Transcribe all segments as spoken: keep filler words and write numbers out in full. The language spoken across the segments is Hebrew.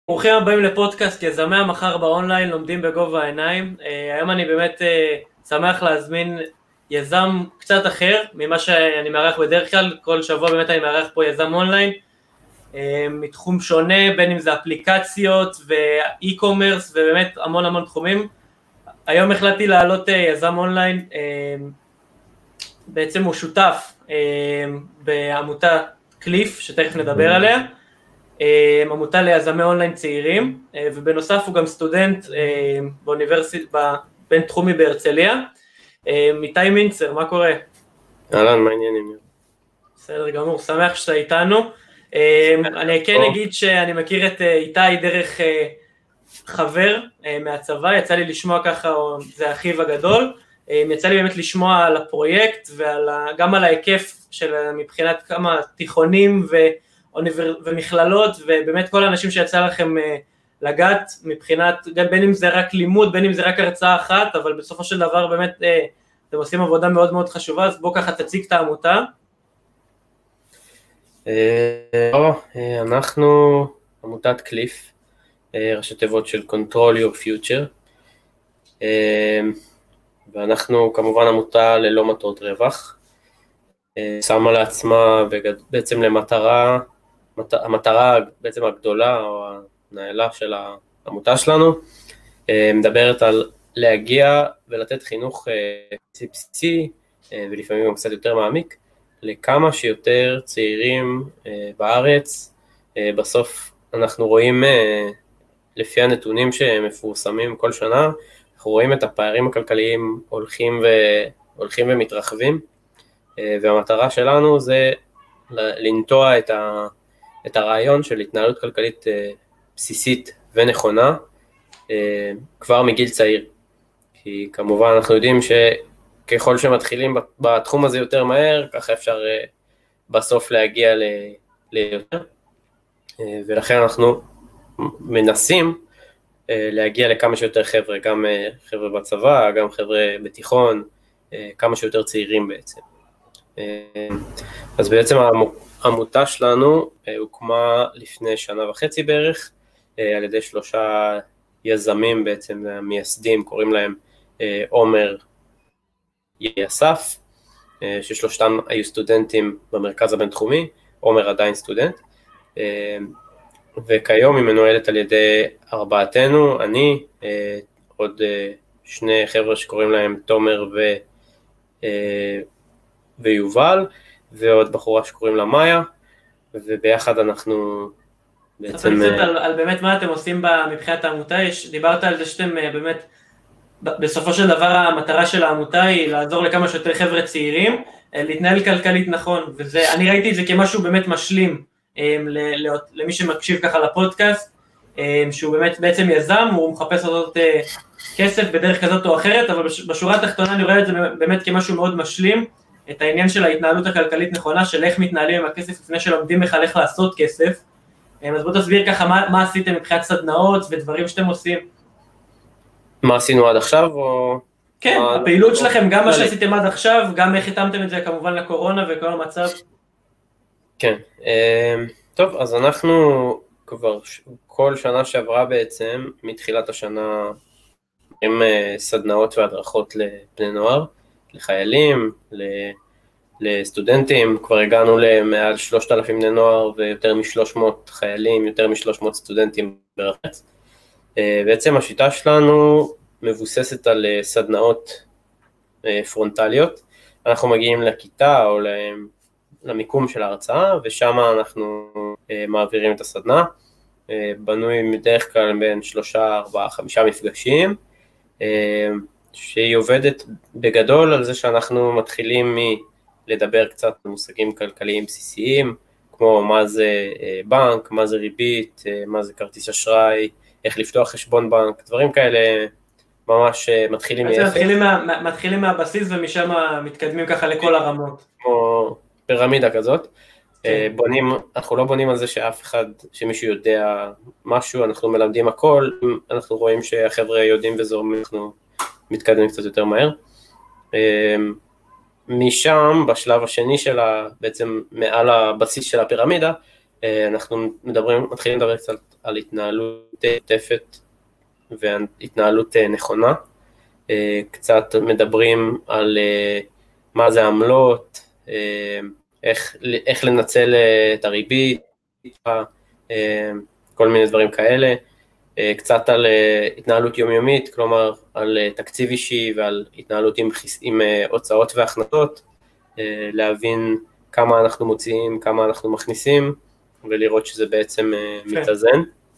ברוכים הבאים לפודקאסט יזמי המחר באונליין, לומדים בגובה העיניים. היום אני באמת שמח להזמין יזם קצת אחר ממה שאני מארח בדרך כלל. כל שבוע באמת אני מארח פה יזם אונליין מתחום שונה, בין אם זה אפליקציות ואי-קומרס ובאמת המון המון תחומים. היום החלטתי להעלות יזם אונליין, בעצם הוא שותף בעמותה קליף שתכף נדבר עליה, עמותה ליזמי אונליין צעירים, ובנוסף הוא גם סטודנט באוניברסיטה בינתחומי בהרצליה. איתי מינצר, מה קורה? אהלן, מה העניינים? בסדר גמור, שמח שאתה איתנו. אני כן אגיד שאני מכיר את איתי דרך חבר מהצבא, יצא לי לשמוע ככה, זה אחיו הגדול, יצא לי באמת לשמוע על הפרויקט וגם על ההיקף של מבחינת כמה תיכונים ו ומכללות, ובאמת כל האנשים שיצא לכם לגעת מבחינת, בין אם זה רק לימוד, בין אם זה רק הרצאה אחת, אבל בסופו של דבר באמת אתם עושים עבודה מאוד מאוד חשובה. אז בוא ככה תציג את העמותה. אנחנו עמותת קליף, ראשי תיבות של Control Your Future, ואנחנו כמובן עמותה ללא מטרות רווח, שמה לעצמה בעצם למטרה, המטרה בעצם הגדולה או הנעלה של העמותה שלנו, מדברת על להגיע ולתת חינוך בסיסי ולפעמים גם קצת יותר מעמיק לכמה שיותר צעירים בארץ. בסוף אנחנו רואים לפי הנתונים שמפורסמים כל שנה, אנחנו רואים את הפערים הכלכליים הולכים ו... הולכים ומתרחבים, והמטרה שלנו זה לנטוע את ה... את הרעיון של התנהלות כלכלית בסיסית ונכונה כבר מגיל צעיר. כי כמובן אנחנו יודעים שככל שמתחילים בתחום הזה יותר מהר, ככה אפשר בסוף להגיע ליותר, ולכן אנחנו מנסים להגיע לכמה שיותר חבר'ה, גם חבר'ה בצבא, גם חבר'ה בתיכון, כמה שיותר צעירים בעצם. אז בעצם העמותה שלנו הוקמה לפני שנה וחצי בערך, על ידי שלושה יזמים בעצם, מייסדים, קוראים להם עומר, יסף, ששלושתם היו סטודנטים במרכז הבינתחומי, עומר עדיין סטודנט, וכיום היא מנוהלת על ידי ארבעתנו, אני, עוד שני חבר'ה שקוראים להם תומר ו... ויובל, ועוד בחורה שקוראים לה מאיה, וביחד אנחנו בעצם... קצת על, על באמת מה אתם עושים מבחינת העמותה. יש, דיברת על זה שאתם באמת, בסופו של דבר המטרה של העמותה היא לעזור לכמה שיותר חבר'ה צעירים, להתנהל כלכלית נכון, וזה, אני ראיתי את זה כמשהו באמת משלים, למי שמקשיב ככה לפודקאסט, שהוא באמת בעצם יזם, הוא מחפש לעשות כסף בדרך כזאת או אחרת, אבל בשורה התחתונה אני רואה את זה באמת כמשהו מאוד משלים, את העניין של ההתנהלות הכלכלית נכונה, של איך מתנהלים עם הכסף לפני שלומדים בכלל איך לעשות כסף. אז בוא תסביר ככה מה, מה עשיתם מבחינת סדנאות ודברים שאתם עושים. מה עשינו עד עכשיו? או... כן, מה... הפעילות שלכם, גם מה שעשיתם עד עכשיו, גם איך התאמתם את זה כמובן לקורונה וכל המצב. כן, טוב, אז אנחנו כבר כל שנה שעברה בעצם, מתחילת השנה, עם סדנאות והדרכות לבני נוער, לחיילים, לסטודנטים. כבר הגענו למעל שלושת אלפים בני נוער ויותר מ-שלוש מאות חיילים, יותר מ-שלוש מאות סטודנטים ברחבי. בעצם השיטה שלנו מבוססת על סדנאות פרונטליות. אנחנו מגיעים לכיתה או למיקום של ההרצאה, ושם אנחנו מעבירים את הסדנה. בנוי בדרך כלל בין שלושה, ארבעה, חמישה מפגשים, שהיא עובדת בגדול על זה שאנחנו מתחילים מלדבר קצת על מושגים כלכליים בסיסיים, כמו מה זה בנק, מה זה ריבית, מה זה כרטיס אשראי, איך לפתוח חשבון בנק, דברים כאלה ממש מתחילים מאפס. מתחילים, מה, מתחילים מהבסיס ומשם מתקדמים ככה לכל הרמות. כמו פירמידה כזאת. בונים, אנחנו לא בונים על זה שאף אחד, שמישהו יודע משהו, אנחנו מלמדים הכל, אנחנו רואים שהחבר'ה יודעים וזורמים, אנחנו מתקדמים קצת יותר מהר. משם, בשלב השני שלה, בעצם מעל הבסיס של הפירמידה, אנחנו מדברים, מתחילים לדבר קצת על התנהלות טפת והתנהלות נכונה, קצת מדברים על מה זה עמלות, איך, איך לנצל את הריבית, כל מיני דברים כאלה, קצת על התנהלות יומיומית, כלומר על תקציב אישי ועל התנהלות עם, עם הוצאות והכנסות, להבין כמה אנחנו מוציאים, כמה אנחנו מכניסים, ולראות שזה בעצם מתאזן.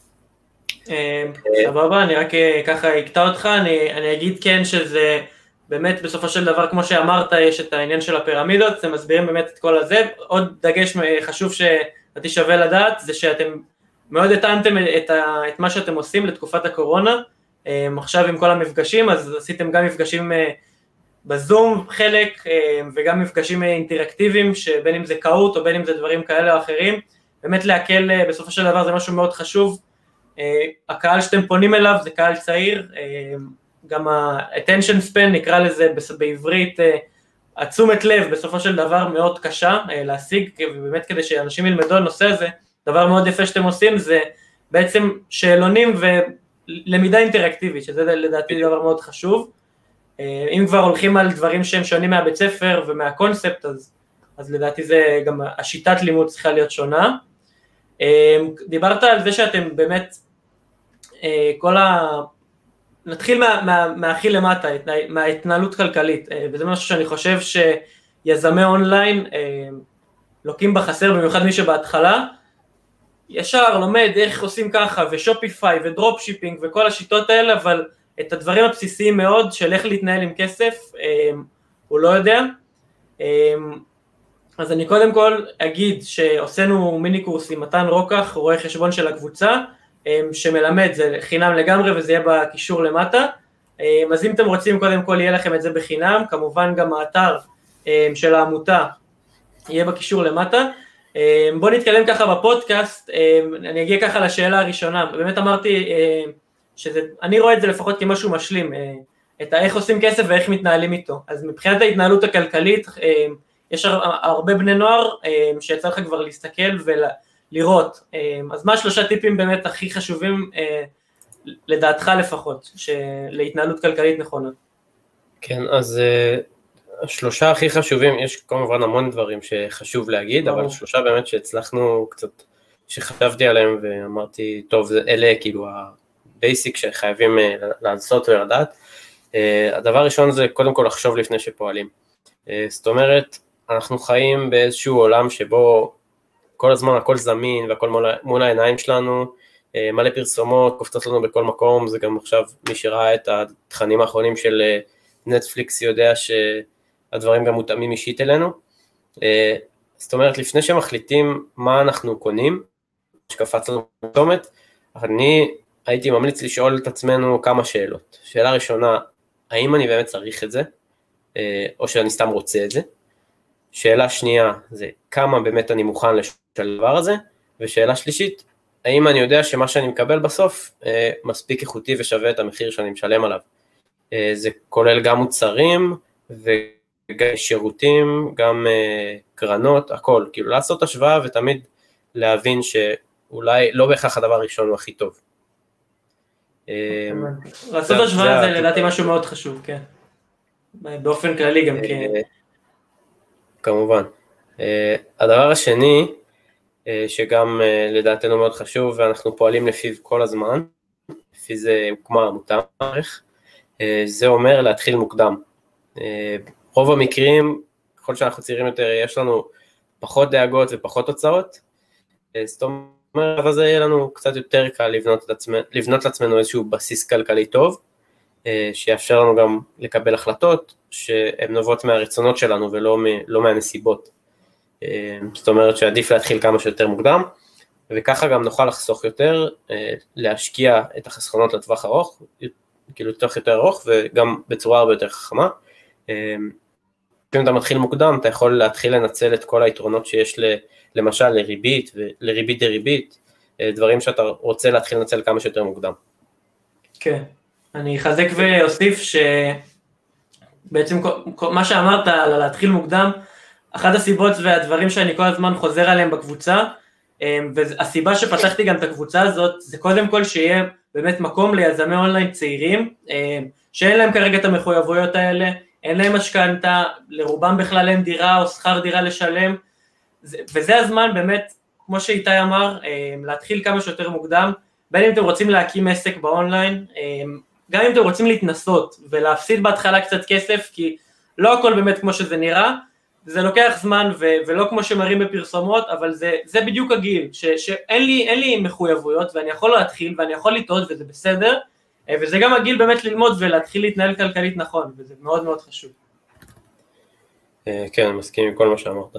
סבבה, אני רק ככה אקטע אותך, אני, אני אגיד כן שזה באמת בסופו של דבר, כמו שאמרת, יש את העניין של הפירמידות, זה מסבירים באמת את כל הזה. עוד דגש חשוב שאתי שווה לדעת, זה שאתם מאוד התאמתם את, ה, את מה שאתם עושים לתקופת הקורונה, עכשיו עם כל המפגשים, אז עשיתם גם מפגשים בזום חלק, וגם מפגשים אינטראקטיביים, שבין אם זה קהות או בין אם זה דברים כאלה או אחרים, באמת להקל, בסופו של דבר זה משהו מאוד חשוב, הקהל שאתם פונים אליו זה קהל צעיר, גם ה-attention span נקרא לזה בעברית, התשומת לב בסופו של דבר מאוד קשה להשיג, ובאמת כדי שאנשים ילמדו על נושא הזה, דבר מאוד יפה שאתם עושים זה בעצם שאלונים ולמידה אינטראקטיבית, שזה לדעתי דבר מאוד חשוב, אם כבר הולכים על דברים שהם שונים מהבית ספר ומהקונספט, אז, אז לדעתי זה גם השיטת לימוד צריכה להיות שונה. דיברת על זה שאתם באמת, כל ה... נתחיל מה, מה, מהכי למטה, מההתנהלות כלכלית, וזה משהו שאני חושב שיזמי אונליין לוקים בחסר, במיוחד מי שבהתחלה, ישר לומד איך עושים ככה, ושופיפיי ודרופ שיפינג וכל השיטות האלה, אבל את הדברים הבסיסיים מאוד של איך להתנהל עם כסף, הוא לא יודע. אז אני קודם כל אגיד שעשינו מיני קורס עם מתן רוקח, רואה חשבון של הקבוצה, שמלמד, זה חינם לגמרי וזה יהיה בקישור למטה, אז אם אתם רוצים קודם כל יהיה לכם את זה בחינם, כמובן גם האתר של העמותה יהיה בקישור למטה. בואו נתקדם ככה בפודקאסט, אני אגיע ככה לשאלה הראשונה, באמת אמרתי שאני רואה את זה לפחות כמשהו משלים, את איך עושים כסף ואיך מתנהלים איתו, אז מבחינת ההתנהלות הכלכלית, יש הרבה בני נוער שיצא לך כבר להסתכל ולראות, אז מה שלושה טיפים באמת הכי חשובים לדעתך לפחות, להתנהלות כלכלית נכונה? כן, אז השלושה הכי חשובים, יש כמובן המון דברים שחשוב להגיד, אבל שלושה באמת שהצלחנו קצת, שחשבתי עליהם ואמרתי, טוב, אלה כאילו הבייסיק שחייבים לעשות ולדעת. הדבר הראשון זה קודם כל לחשוב לפני שפועלים. זאת אומרת, אנחנו חיים באיזשהו עולם שבו כל הזמן הכל זמין והכל מול, מול העיניים שלנו, מלא פרסומות, קופצות לנו בכל מקום, זה גם עכשיו מי שראה את התכנים האחרונים של נטפליקס יודע שהדברים גם מותאמים אישית אלינו. זאת אומרת, לפני שמחליטים מה אנחנו קונים, שקפץ לנו פתאומת, אני הייתי ממליץ לשאול את עצמנו כמה שאלות. שאלה ראשונה, האם אני באמת צריך את זה, או שאני סתם רוצה את זה? שאלה שנייה זה כמה באמת אני מוכן לשלם דבר הזה, ושאלה שלישית, האם אני יודע שמה שאני מקבל בסוף מספיק איכותי ושווה את המחיר שאני משלם עליו. זה כולל גם מוצרים וגם שירותים, גם קרנות, הכל, כאילו לעשות השוואה ותמיד להבין שאולי לא בהכרח הדבר הראשון הוא הכי טוב. לעשות השוואה זה לדעתי משהו מאוד חשוב, כן. באופן כללי גם כן. כמובן. הדבר השני, שגם לדעתנו מאוד חשוב, ואנחנו פועלים לפיו כל הזמן, לפי זה הוקמה עמותה, זה אומר להתחיל מוקדם. רוב המקרים, ככל שאנחנו צעירים יותר, יש לנו פחות דאגות ופחות הוצאות, זאת אומרת, אז יהיה לנו קצת יותר קל לבנות, לעצמנו, לבנות לעצמנו איזשהו בסיס כלכלי טוב, שיאפשר לנו גם לקבל החלטות שהן נובעות מהרצונות שלנו ולא לא מהנסיבות. זאת אומרת שעדיף להתחיל כמה שיותר מוקדם, וככה גם נוכל לחסוך יותר, להשקיע את החסכונות לטווח ארוך, כאילו לטווח יותר ארוך, וגם בצורה הרבה יותר חכמה. אם אתה מתחיל מוקדם, אתה יכול להתחיל לנצל את כל היתרונות שיש למשל לריבית, לריבית דריבית, דברים שאתה רוצה להתחיל לנצל כמה שיותר מוקדם. כן. אני אחזק ואוסיף שבעצם מה שאמרת על להתחיל מוקדם, אחת הסיבות והדברים שאני כל הזמן חוזר עליהם בקבוצה, והסיבה שפתחתי גם את הקבוצה הזאת, זה קודם כל שיהיה באמת מקום ליזמי אונליין צעירים, שאין להם כרגע את המחויבויות האלה, אין להם משכנתה, לרובם בכלל אין דירה או שכר דירה לשלם, וזה הזמן באמת, כמו שאיתי אמר, להתחיל כמה שיותר מוקדם, בין אם אתם רוצים להקים עסק באונליין, גם אם אתם רוצים להתנסות ולהפסיד בהתחלה קצת כסף, כי לא הכל באמת כמו שזה נראה, זה לוקח זמן ו- ולא כמו שמראים בפרסומות, אבל זה, זה בדיוק הגיל, ש- שאין לי, אין לי מחויבויות ואני יכול להתחיל ואני יכול לטעות וזה בסדר, וזה גם הגיל באמת ללמוד ולהתחיל להתנהל כלכלית נכון, וזה מאוד מאוד חשוב. כן, אני מסכים עם כל מה שאמרת.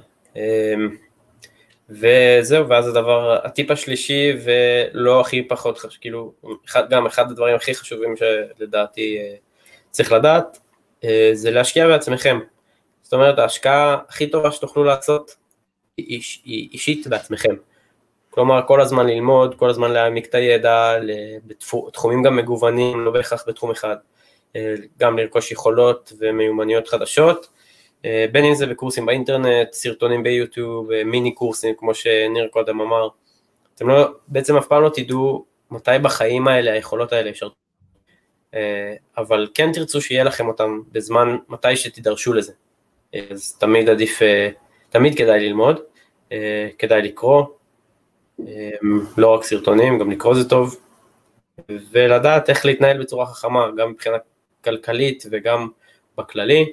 וזהו, ואז הדבר, הטיפ השלישי ולא הכי פחות חשוב, כאילו, גם אחד הדברים הכי חשובים שלדעתי צריך לדעת, זה להשקיע בעצמכם. זאת אומרת, ההשקעה הכי טובה שתוכלו לעשות היא, היא אישית בעצמכם. כלומר, כל הזמן ללמוד, כל הזמן להעמיק את הידע, בתחומים גם מגוונים, לא בהכרח בתחום אחד, גם לרכוש יכולות ומיומנויות חדשות, בין אם זה בקורסים באינטרנט, סרטונים ביוטיוב, מיני קורסים, כמו שניר קודם אמר, אתם לא, בעצם אף פעם לא תדעו מתי בחיים האלה, היכולות האלה אפשר, אבל כן תרצו שיהיה לכם אותם בזמן, מתי שתדרשו לזה. אז תמיד עדיף, תמיד כדאי ללמוד, כדאי לקרוא, לא רק סרטונים, גם לקרוא זה טוב, ולדעת איך להתנהל בצורה חכמה, גם מבחינה כלכלית וגם בכללי.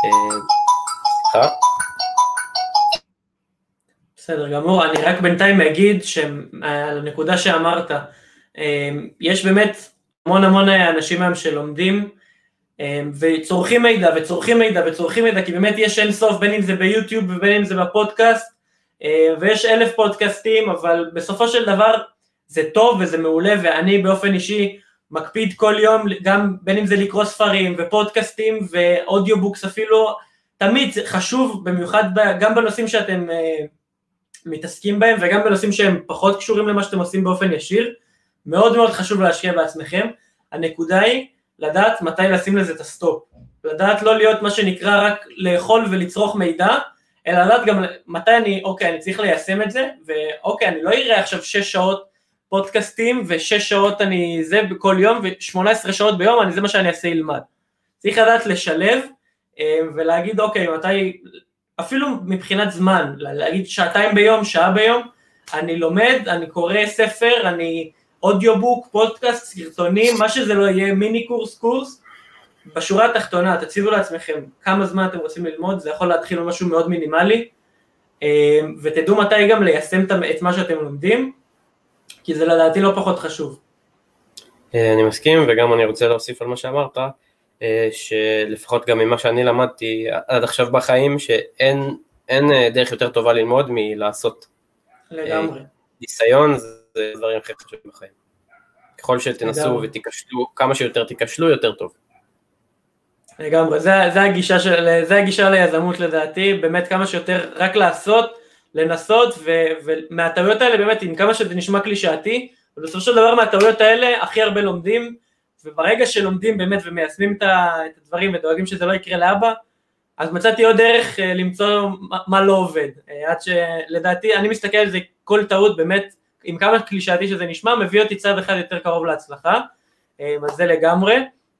בסדר גמור, אני רק בינתיים אגיד שעל הנקודה שאמרת, יש באמת המון המון אנשים היום שלומדים, וצורכים מידע וצורכים מידע וצורכים מידע, כי באמת יש אין סוף, בין אם זה ביוטיוב ובין אם זה בפודקאסט, ויש אלף פודקאסטים, אבל בסופו של דבר זה טוב וזה מעולה, ואני באופן אישי מקפיד כל יום, גם בין אם זה לקרוא ספרים ופודקאסטים ואודיובוקס אפילו, תמיד חשוב, במיוחד גם בנושאים שאתם מתעסקים בהם, וגם בנושאים שהם פחות קשורים למה שאתם עושים באופן ישיר, מאוד מאוד חשוב להשקיע בעצמכם. הנקודה היא לדעת מתי לשים לזה את הסטופ, לדעת לא להיות מה שנקרא רק לאכול ולצרוך מידע, אלא לדעת גם מתי אני, אוקיי, אני צריך ליישם את זה, ואוקיי, אני לא אראה עכשיו שש שעות פודקאסטים, ושש שעות אני זה בכל יום, ו-שמונה עשרה שעות ביום, אני זה מה שאני אעשה ילמד. צריך לדעת לשלב, ולהגיד, אוקיי, מתי, אפילו מבחינת זמן, להגיד שעתיים ביום, שעה ביום, אני לומד, אני קורא ספר, אני אודיובוק, פודקאסט, סרטונים, מה שזה לא יהיה, מיני קורס, קורס, בשורה התחתונה, תציבו לעצמכם כמה זמן אתם רוצים ללמוד, זה יכול להתחיל במשהו מאוד מינימלי, ותדעו מתי גם ליישם את מה שאתם לומדים, כי זה לדעתי לא פחות חשוב. אני מסכים, וגם אני רוצה להוסיף על מה שאמרת, שלפחות גם ממה שאני למדתי עד עכשיו בחיים, שאין אין דרך יותר טובה ללמוד מלעשות. לגמרי. ניסיון זה דברים הכי חשובים בחיים. ככל שתנסו ותיכשלו, כמה שיותר תיכשלו, יותר טוב. לגמרי, זה, זה הגישה של, זה הגישה ליזמות לדעתי, באמת כמה שיותר רק לעשות, לנסות, ו, ומהטעויות האלה באמת, עם כמה שזה נשמע קלישאתי, ובסופו של דבר מהטעויות האלה הכי הרבה לומדים, וברגע שלומדים באמת ומיישמים את הדברים ודואגים שזה לא יקרה לאבא, אז מצאתי עוד דרך למצוא מה לא עובד, עד שלדעתי אני מסתכל על זה כל טעות באמת, עם כמה קלישאתי שזה נשמע, מביא אותי צעד אחד יותר קרוב להצלחה, אז זה לגמרי.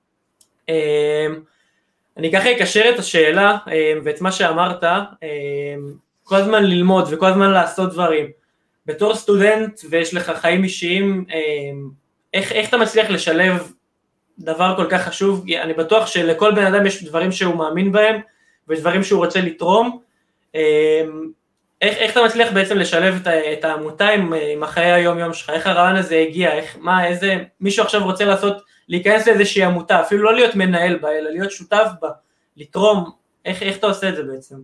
אני ככה אקשר את השאלה ואת מה שאמרת, כל הזמן ללמוד וכל הזמן לעשות דברים. בתור סטודנט ויש לך חיים אישיים, איך, איך אתה מצליח לשלב דבר כל כך חשוב? אני בטוח שלכל בן אדם יש דברים שהוא מאמין בהם, ודברים שהוא רוצה לתרום. איך, איך אתה מצליח בעצם לשלב את, את העמותה עם, עם החיי היום יום שלך? איך הרעיון הזה הגיע? איך, מה, איזה, מישהו עכשיו רוצה לעשות, להיכנס לאיזושהי עמותה, אפילו לא להיות מנהל בה, אלא להיות שותף בה, לתרום, איך, איך אתה עושה את זה בעצם?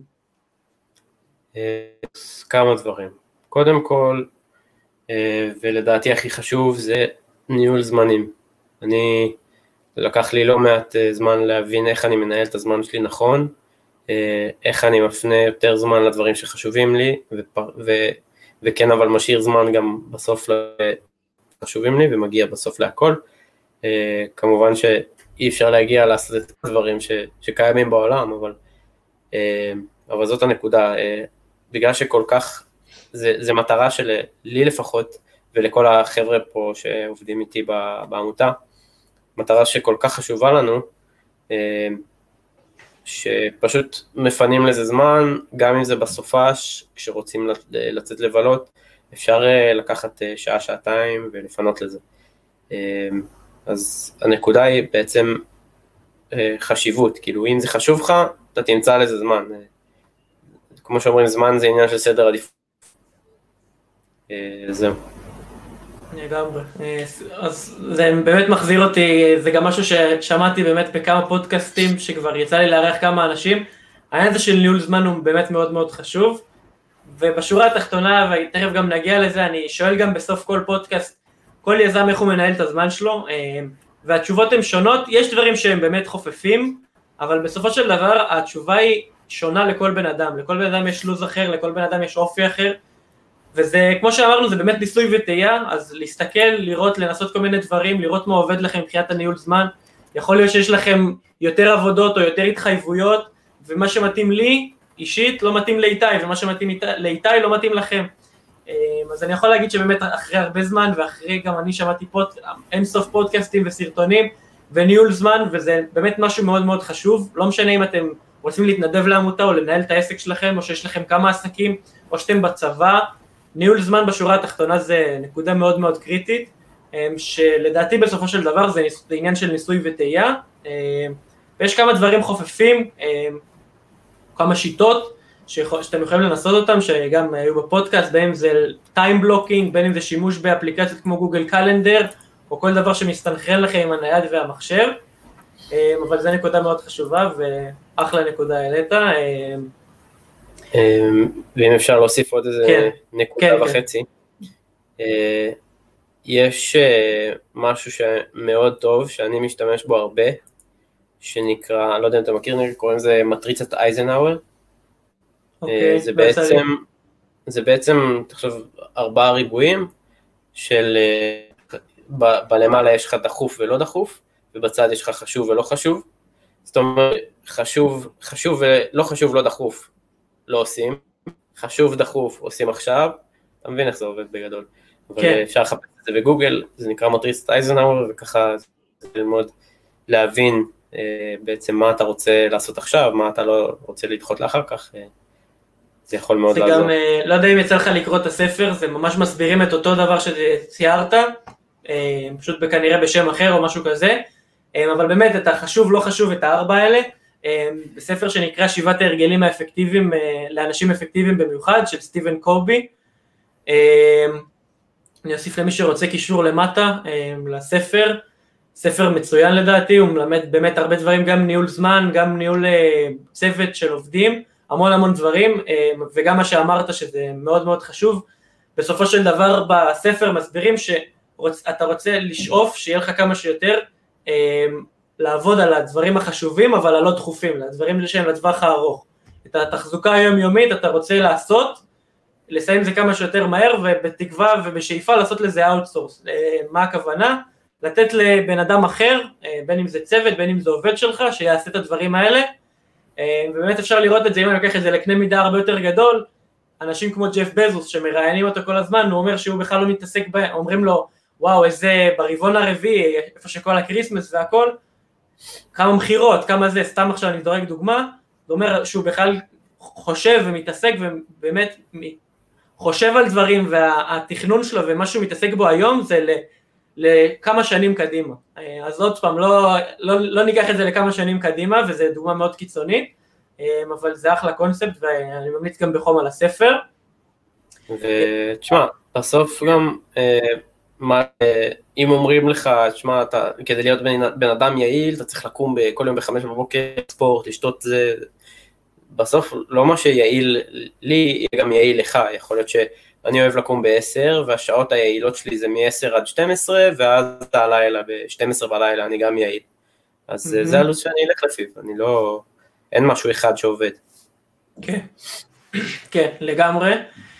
כמה דברים. קודם כל, ולדעתי הכי חשוב, זה ניהול זמנים. אני, לקח לי לא מעט זמן להבין איך אני מנהל את הזמן שלי נכון, איך אני מפנה יותר זמן לדברים שחשובים לי, ופ... ו... וכן אבל משאיר זמן גם בסוף לחשובים לי, ומגיע בסוף להכל. כמובן שאי אפשר להגיע לעשות את הדברים ש... שקיימים בעולם, אבל, אבל זאת הנקודה. בגלל שכל כך זה, זה מטרה שלי לפחות, ולכל החבר'ה פה שעובדים איתי בעמותה, מטרה שכל כך חשובה לנו, שפשוט מפנים לזה זמן, גם אם זה בסופש, כשרוצים לצאת לבלות, אפשר לקחת שעה, שעתיים ולפנות לזה. אז הנקודה היא בעצם חשיבות, כאילו אם זה חשוב לך, אתה תמצא לזה זמן. כמו שאומרים, זמן זה עניין של סדר עדיפות. זהו. לגמרי. אז זה באמת מחזיר אותי, זה גם משהו ששמעתי באמת בכמה פודקאסטים, שכבר יצא לי לארח כמה אנשים, העניין הזה של ניהול זמן הוא באמת מאוד מאוד חשוב, ובשורה התחתונה, ותכף גם נגיע לזה, אני שואל גם בסוף כל פודקאסט, כל יזם איך הוא מנהל את הזמן שלו, והתשובות הן שונות, יש דברים שהם באמת חופפים, אבל בסופו של דבר התשובה היא שונה לכל בן אדם, לכל בן אדם יש לוז אחר, לכל בן אדם יש אופי אחר, וזה, כמו שאמרנו, זה באמת ניסוי וטעייה, אז להסתכל, לראות, לנסות כל מיני דברים, לראות מה עובד לכם מבחינת הניהול זמן, יכול להיות שיש לכם יותר עבודות או יותר התחייבויות, ומה שמתאים לי, אישית, לא מתאים לאיתי, ומה שמתאים לאיתי לא מתאים לכם. אז אני יכול להגיד שבאמת אחרי הרבה זמן, ואחרי גם אני שמעתי פוד, אין סוף פודקאסטים וסרטונים, וניהול זמן, וזה באמת משהו מאוד מאוד חשוב, לא משנה אם אתם רוצים להתנדב לעמותה, או לנהל את העסק שלכם, או שיש לכם כמה עסקים, או שאתם בצבא, ניהול זמן בשורה התחתונה זה נקודה מאוד מאוד קריטית, שלדעתי בסופו של דבר זה עניין של ניסוי וטעייה, ויש כמה דברים חופפים, כמה שיטות שאתם יכולים לנסות אותם, שגם היו בפודקאסט, בין אם זה טיים בלוקינג, בין אם זה שימוש באפליקציות כמו גוגל קלנדר, או כל דבר שמסתנכרן לכם עם הנייד והמחשב, אבל זו נקודה מאוד חשובה, ואחלה נקודה העלית. ואם אפשר להוסיף עוד איזה נקודה וחצי, יש משהו שמאוד טוב, שאני משתמש בו הרבה, שנקרא, לא יודע אם אתה מכיר, קוראים לזה מטריצת אייזנהאואר, זה בעצם, זה בעצם, תחשוב, ארבעה ריבועים, של, בלמעלה יש לך דחוף ולא דחוף, ובצד יש לך חשוב ולא חשוב, זאת אומרת, חשוב, חשוב ולא חשוב, לא דחוף, לא עושים, חשוב דחוף עושים עכשיו, אתה מבין איך זה עובד בגדול, אבל כן. אפשר לחפש את זה בגוגל, זה נקרא מטריצת אייזנהאואר, וככה זה ללמוד להבין אה, בעצם מה אתה רוצה לעשות עכשיו, מה אתה לא רוצה לדחות לאחר כך, אה, זה יכול מאוד זה לעזור. גם, אה, לא יודע אם יצא לך לקרוא את הספר, זה ממש מסבירים את אותו דבר שציירת, אה, פשוט כנראה בשם אחר או משהו כזה, אה, אבל באמת את החשוב לא חשוב את הארבע האלה, בספר שנקרא שבעת ההרגלים האפקטיביים לאנשים אפקטיביים במיוחד, של סטיבן קובי. אני אוסיף למי שרוצה קישור למטה לספר, ספר מצוין לדעתי, הוא מלמד באמת הרבה דברים, גם ניהול זמן, גם ניהול צוות של עובדים, המון המון דברים, וגם מה שאמרת שזה מאוד מאוד חשוב. בסופו של דבר בספר מסבירים שאתה רוצה לשאוף שיהיה לך כמה שיותר לעבוד על הדברים החשובים, אבל הלא דחופים, הדברים שהם לטווח הארוך. את התחזוקה היומיומית אתה רוצה לעשות, לסיים זה כמה שיותר מהר, ובתקווה ובשאיפה לעשות לזה אאוטסורס. מה הכוונה? לתת לבן אדם אחר, בין אם זה צוות, בין אם זה עובד שלך, שיעשה את הדברים האלה, ובאמת אפשר לראות את זה, אם אני לוקח את זה לקנה מידה הרבה יותר גדול, אנשים כמו ג'ף בזוס שמראיינים אותו כל הזמן, הוא אומר שהוא בכלל לא מתעסק בהם, אומרים לו, וואו, איזה ברבעון הרביעי, איפה שכל הקריסמס והכל, כמה מחירות, כמה זה, סתם עכשיו אני דורג דוגמה, זה אומר שהוא בכלל חושב ומתעסק ובאמת חושב על דברים, והתכנון שלו ומה שהוא מתעסק בו היום זה לכמה שנים קדימה. אז עוד פעם, לא, לא, לא ניקח את זה לכמה שנים קדימה, וזו דוגמה מאוד קיצונית, אבל זה אחלה קונספט, ואני ממליץ גם בחום על הספר. ותשמע, בסוף גם, מה, אם אומרים לך, תשמע, אתה, כדי להיות בן, בן אדם יעיל, אתה צריך לקום כל יום בחמש בבוקר, ספורט, לשתות זה, בסוף לא מה שיעיל לי, יהיה גם יעיל לך, יכול להיות שאני אוהב לקום ב-עשר, והשעות היעילות שלי זה מ-עשר עד שתים עשרה, ואז הלילה, ב-שתים עשרה בלילה אני גם יעיל. אז mm-hmm. זה הלו"ז שאני אלך לפיו, אני לא, אין משהו אחד שעובד. כן, כן, לגמרי.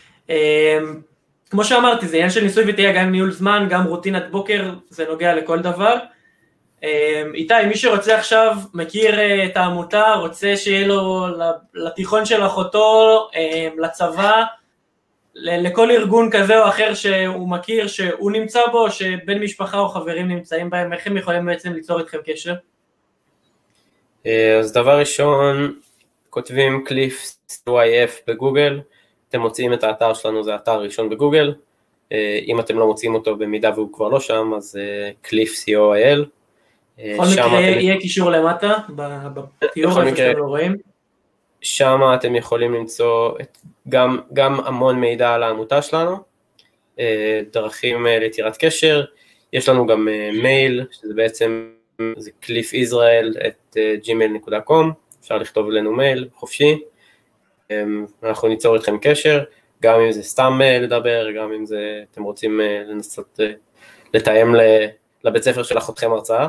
כמו שאמרתי, זה עניין של ניסוי וטעייה, גם ניהול זמן, גם רוטינת בוקר, זה נוגע לכל דבר. איתי, מי שרוצה עכשיו, מכיר את העמותה, רוצה שיהיה לו לתיכון של אחותו, לצבא, לכל ארגון כזה או אחר שהוא מכיר, שהוא נמצא בו, שבן משפחה או חברים נמצאים בהם, איך הם יכולים בעצם ליצור איתכם קשר? אז דבר ראשון, כותבים קליף סי או איי אף בגוגל, אתם מוצאים את האתר שלנו, זה האתר ראשון בגוגל, אם אתם לא מוצאים אותו במידה והוא כבר לא שם, אז קליף סי או איי אל. בכל מקרה יהיה קישור למטה, בתיאור איפה שאתם לא רואים. שם אתם יכולים למצוא גם, גם המון מידע על העמותה שלנו, דרכים ליצירת קשר, יש לנו גם מייל, שזה בעצם, זה קליף ישראל את ג'ימייל נקודה קום, אפשר לכתוב לנו מייל חופשי, אנחנו ניצור איתכם קשר, גם אם זה סתם לדבר, גם אם זה, אתם רוצים לנסות לתאם לבית ספר של אחותכם הרצאה,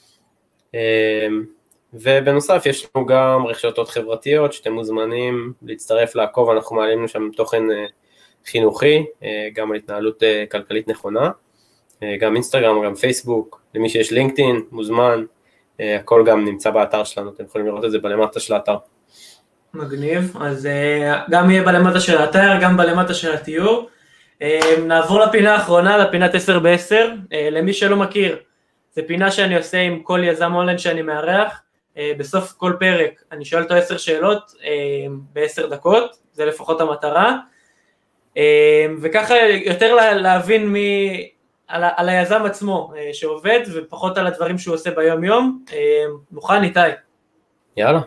ובנוסף יש לנו גם רשתות חברתיות שאתם מוזמנים להצטרף, לעקוב, אנחנו מעלים שם תוכן חינוכי, גם על התנהלות כלכלית נכונה, גם אינסטגרם, גם פייסבוק, למי שיש לינקדאין, מוזמן, הכל גם נמצא באתר שלנו, אתם יכולים לראות את זה בלמטה של האתר. מגניב, אז גם יהיה בלמטה של האתר, גם בלמטה של התיאור. נעבור לפינה האחרונה, לפינת עשר בעשר, למי שלא מכיר, זה פינה שאני עושה עם כל יזם אונליין שאני מארח, בסוף כל פרק אני שואל אותו עשר שאלות בעשר דקות, זה לפחות המטרה, וככה יותר להבין מי, על, על היזם עצמו שעובד, ופחות על הדברים שהוא עושה ביום יום. מוכן איתי? יאללה.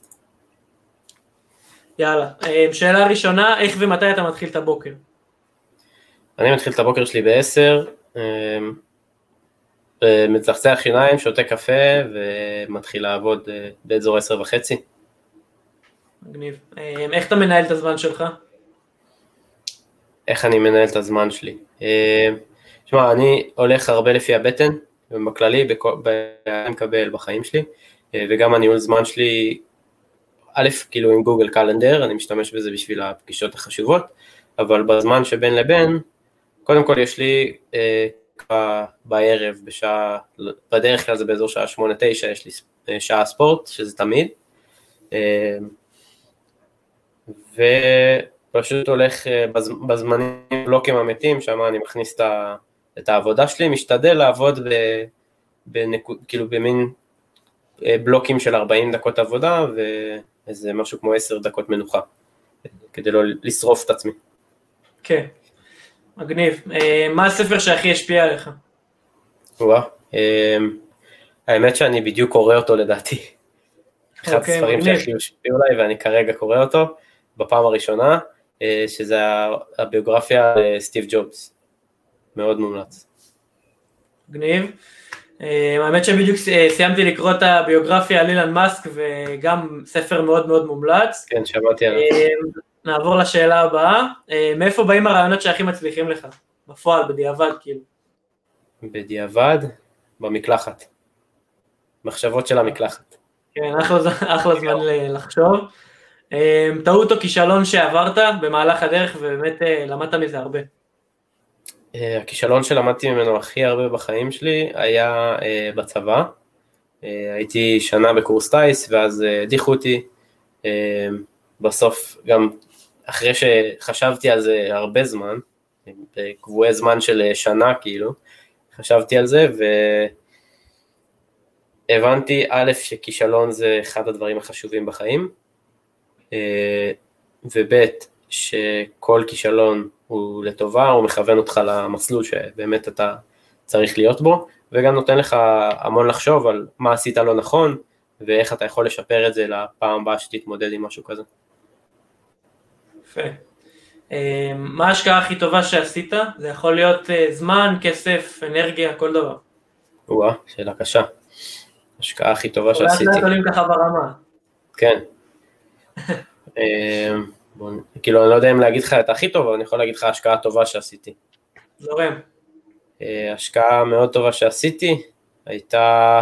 יאללה. שאלה ראשונה, איך ומתי אתה מתחיל את הבוקר? אני מתחיל את הבוקר שלי בעשר, מצחצח עיניים, שותה קפה ומתחיל לעבוד באזור עשר וחצי. מגניב. איך אתה מנהל את הזמן שלך? איך אני מנהל את הזמן שלי? תשמע, אני הולך הרבה לפי הבטן, ובכללי, אני מקבל בחיים שלי, וגם הניהול זמן שלי, א', כאילו עם גוגל קלנדר, אני משתמש בזה בשביל הפגישות החשובות, אבל בזמן שבין לבין, קודם כל יש לי בערב, בשעה, בדרך כלל זה באזור שעה שמונה תשע, יש לי שעה ספורט, שזה תמיד, ופשוט הולך בזמנים בלוקים המתים, שם אני מכניס את ה... את העבודה שלי, משתדל לעבוד ב, בנקוד, כאילו במין בלוקים של ארבעים דקות עבודה, ואיזה משהו כמו עשר דקות מנוחה, כדי לא לשרוף את עצמי. כן, מגניב. מה הספר שהכי השפיע עליך? וואה, האמת שאני בדיוק קורא אותו לדעתי. אחד הספרים שהכי השפיעו עליי, ואני כרגע קורא אותו, בפעם הראשונה, שזה הביוגרפיה סטיב ג'ובס. מאוד מומלץ. מגניב. האמת שבדיוק סיימתי לקרוא את הביוגרפיה על אילן מאסק, וגם ספר מאוד מאוד מומלץ. כן, שמעתי עליו. נעבור לשאלה הבאה. מאיפה באים הרעיונות שהכי מצליחים לך? בפועל, בדיעבד, כאילו. בדיעבד? במקלחת. מחשבות של המקלחת. כן, אחלה זמן לחשוב. טעות או כישלון שעברת במהלך הדרך, ובאמת למדת מזה הרבה. הכישלון שלמדתי ממנו הכי הרבה בחיים שלי היה בצבא, הייתי שנה בקורס טייס ואז הדיחו אותי, בסוף גם אחרי שחשבתי על זה הרבה זמן, בקבועי זמן של שנה כאילו, חשבתי על זה והבנתי א' שכישלון זה אחד הדברים החשובים בחיים, וב' שכל כישלון הוא לטובה, הוא מכוון אותך למסלול שבאמת אתה צריך להיות בו, וגם נותן לך המון לחשוב על מה עשית לא נכון, ואיך אתה יכול לשפר את זה לפעם הבאה שתתמודד עם משהו כזה. יפה. מה ההשקעה הכי טובה שעשית? זה יכול להיות זמן, כסף, אנרגיה, כל דבר. וואה, שאלה קשה. ההשקעה הכי טובה שעשיתי. אולי תולים ככה ברמה. כן. כאילו אני לא יודע אם להגיד לך את הכי טוב, אבל אני יכול להגיד לך השקעה טובה שעשיתי. זורם. השקעה מאוד טובה שעשיתי, הייתה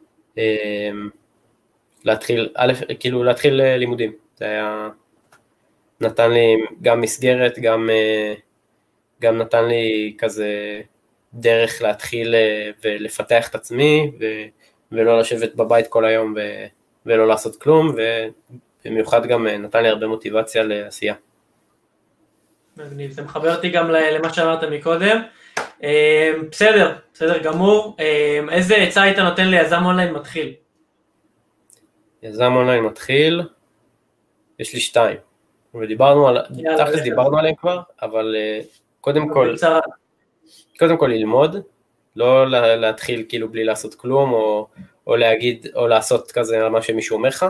להתחיל, כאילו להתחיל לימודים. זה היה, נתן לי גם מסגרת, גם, גם נתן לי כזה דרך להתחיל ולפתח את עצמי, ולא לשבת בבית כל היום ולא לעשות כלום, ו... במיוחד גם נתן לי הרבה מוטיבציה לעשייה. מגניב, זה מחבר אותי גם למה שאמרת מקודם. בסדר, בסדר גמור. איזה עצה היית נותן ליזם אונליין מתחיל? יזם אונליין מתחיל, יש לי שתיים, ודיברנו על, תכלס דיברנו עליהם כבר, אבל קודם כל, קודם כל ללמוד, לא להתחיל כאילו בלי לעשות כלום, או, או להגיד, או לעשות כזה על מה שמישהו אומר לך,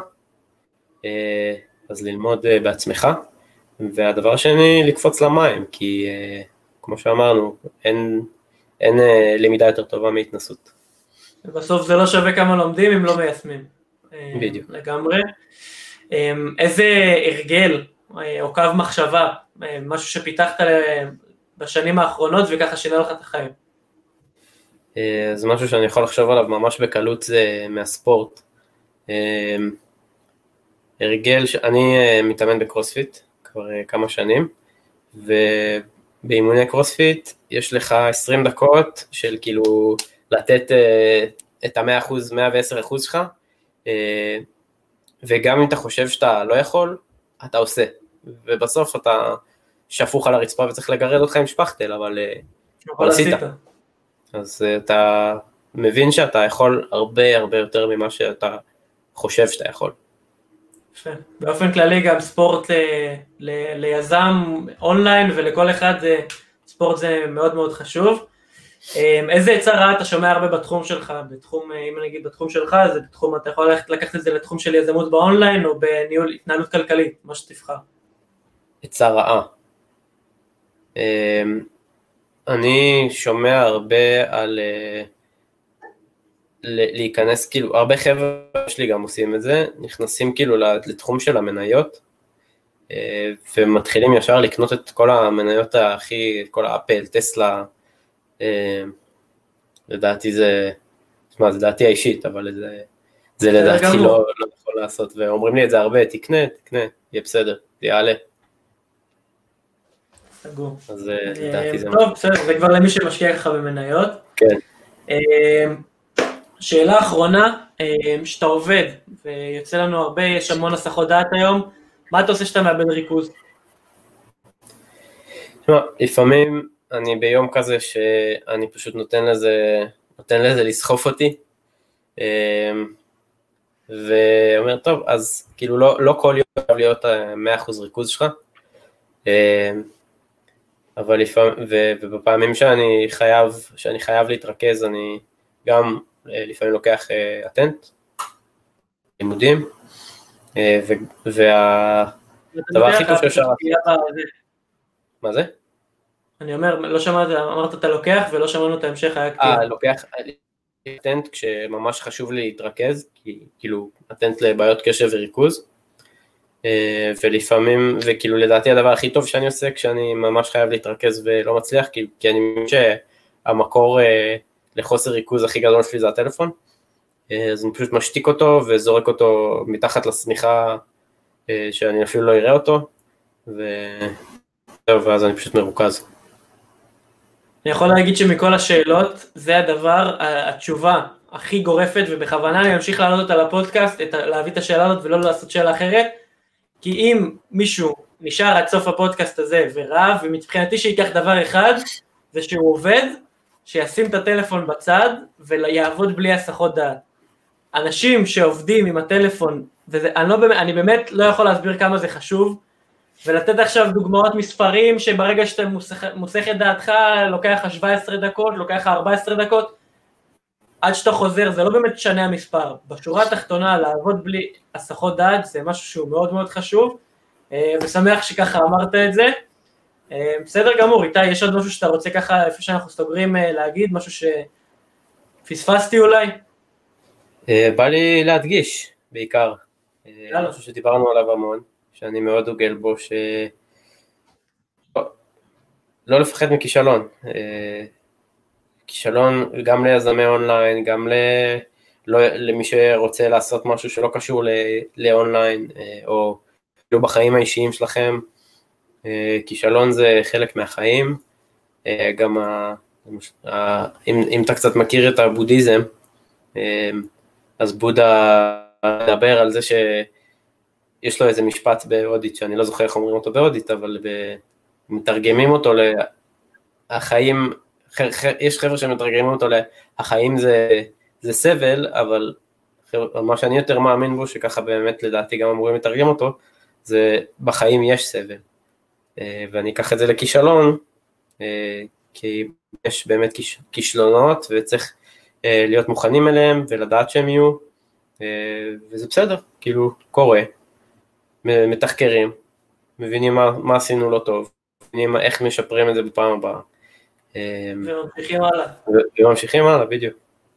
אז ללמוד בעצמך, והדבר השני, לקפוץ למים, כי כמו שאמרנו, אין, אין למידה יותר טובה מהתנסות. ובסוף זה לא שווה כמה לומדים אם לא מיישמים. בדיוק. לגמרי. איזה הרגל או קו מחשבה, משהו שפיתחת בשנים האחרונות וככה שינה לך את החיים? זה משהו שאני יכול לחשוב עליו ממש בקלות, זה מהספורט. הרגל, אני מתאמן בקרוספיט כבר כמה שנים, ובאימוני קרוספיט יש לך עשרים דקות של כאילו לתת את ה-מאה אחוז, מאה ועשר אחוז שלך, וגם אם אתה חושב שאתה לא יכול, אתה עושה, ובסוף אתה שפוך על הרצפה וצריך לגרד אותך עם שפכטל, אבל עשית. אז אתה מבין שאתה יכול הרבה הרבה יותר ממה שאתה חושב שאתה יכול. באופן כללי גם ספורט ליזם אונליין ולכל אחד ספורט זה מאוד מאוד חשוב. איזה עצה רעה אתה שומע הרבה בתחום שלך, בתחום, אם אני אגיד בתחום שלך, זה בתחום, אתה יכול לקחת את זה לתחום של יזמות באונליין או בניהול התנהלות כלכלית, מה שתבחר. עצה רעה. אני שומע הרבה על להיכנס, כאילו, הרבה חבר'ה שלי גם עושים את זה, נכנסים כאילו לתחום של המניות, ומתחילים ישר לקנות את כל המניות הכי, כל האפל, טסלה, לדעתי זה, תשמע, זה דעתי האישית, אבל זה, זה לדעתי לא, לא יכול לעשות, ואומרים לי את זה הרבה, תקנה, תקנה, יהיה בסדר, זה יעלה. סגור. אז לדעתי זה... טוב, בסדר, זה כבר למי שמשקיע ככה במניות. כן. שאלה אחרונה, שאתה עובד, ויוצא לנו הרבה, יש המון הסחות דעת היום, מה אתה עושה שאתה מאבד ריכוז? תשמע, לפעמים אני ביום כזה שאני פשוט נותן לזה, נותן לזה לסחוף אותי, ואומר, טוב, אז כאילו לא, לא כל יום חייב להיות מאה אחוז ריכוז שלך, אבל לפעמים, ובפעמים שאני חייב, שאני חייב להתרכז, אני גם לפעמים לוקח אטנט, לימודים, והדבר הכי טוב שאפשר לעשות. מה זה? אני אומר, לא שמעת, אמרת אתה לוקח ולא שמענו את ההמשך, היה כתיב. אה, לוקח אטנט כשממש חשוב לי להתרכז, כאילו אטנט לבעיות קשב וריכוז, ולפעמים, וכאילו לדעתי הדבר הכי טוב שאני עושה כשאני ממש חייב להתרכז ולא מצליח, כי אני מבין שהמקור לחוסר ריכוז הכי גדול שלי זה הטלפון, אז אני פשוט משתיק אותו וזורק אותו מתחת לשמיכה שאני אפילו לא אראה אותו, ואז אני פשוט מרוכז. אני יכול להגיד שמכל השאלות, זה הדבר, התשובה הכי גורפת, ובכוונה אני אמשיך להעלות אותה לפודקאסט, להביא את השאלה הזאת ולא לעשות שאלה אחרת, כי אם מישהו נשאר עד סוף הפודקאסט הזה ורב, ומבחינתי שיקח דבר אחד, זה שהוא עובד, שישים את הטלפון בצד, ויעבוד בלי הסחות דעת. אנשים שעובדים עם הטלפון, וזה, אני, לא, אני באמת לא יכול להסביר כמה זה חשוב, ולתת עכשיו דוגמאות מספרים, שברגע שאתה מוסך, מוסך את דעתך, לוקח לך שבע עשרה דקות, לוקח לך ארבע עשרה דקות, עד שאתה חוזר, זה לא באמת שנה המספר. בשורה התחתונה, לעבוד בלי הסחות דעת, זה משהו שהוא מאוד מאוד חשוב, ושמח שככה אמרת את זה. בסדר גמור, איתי, יש עוד משהו שאתה רוצה ככה, איפה שאנחנו סוגרים להגיד, משהו שפספסתי אולי? בא לי להדגיש, בעיקר, משהו שדיברנו עליו המון, שאני מאוד דוגל בו, ש... לא לפחד מכישלון. כישלון גם ליזמי אונליין, גם ל... לא... למי שרוצה לעשות משהו שלא קשור ל... לאונליין, או לא בחיים האישיים שלכם. כישלון זה חלק מהחיים. גם ה... אם, אם אתה קצת מכיר את הבודהיזם, אז בודה מדבר על זה שיש לו איזה משפט בהודית, שאני לא זוכר איך אומרים אותו בהודית, אבל מתרגמים אותו לחיים, יש חבר'ה שמתרגמים אותו לחיים זה, זה סבל, אבל מה שאני יותר מאמין בו, שככה באמת לדעתי גם אמורים לתרגם אותו, זה בחיים יש סבל. ואני אקח את זה לכישלון, כי יש באמת כישלונות, וצריך להיות מוכנים אליהם, ולדעת שהם יהיו, וזה בסדר, כאילו קורה, מתחקרים, מבינים מה, מה עשינו לא טוב, מבינים איך משפרים את זה בפעם הבאה. וממשיכים הלאה. וממשיכים הלאה, בדיוק.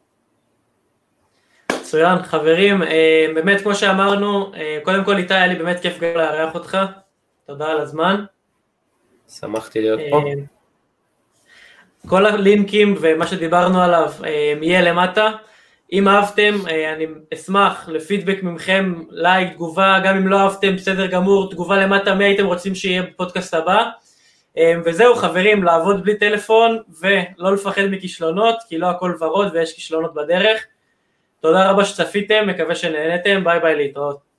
מצוין, חברים, באמת כמו שאמרנו, קודם כל איתי, היה לי באמת כיף גם לארח אותך, תודה על הזמן. שמחתי להיות פה. כל הלינקים ומה שדיברנו עליו יהיה למטה, אם אהבתם אני אשמח לפידבק ממכם, לייק, תגובה, גם אם לא אהבתם בסדר גמור, תגובה למטה מי הייתם רוצים שיהיה בפודקאסט הבא, וזהו חברים, לעבוד בלי טלפון ולא לפחד מכישלונות, כי לא הכל ורוד ויש כישלונות בדרך. תודה רבה שצפיתם, מקווה שנהנתם, ביי ביי, להתראות.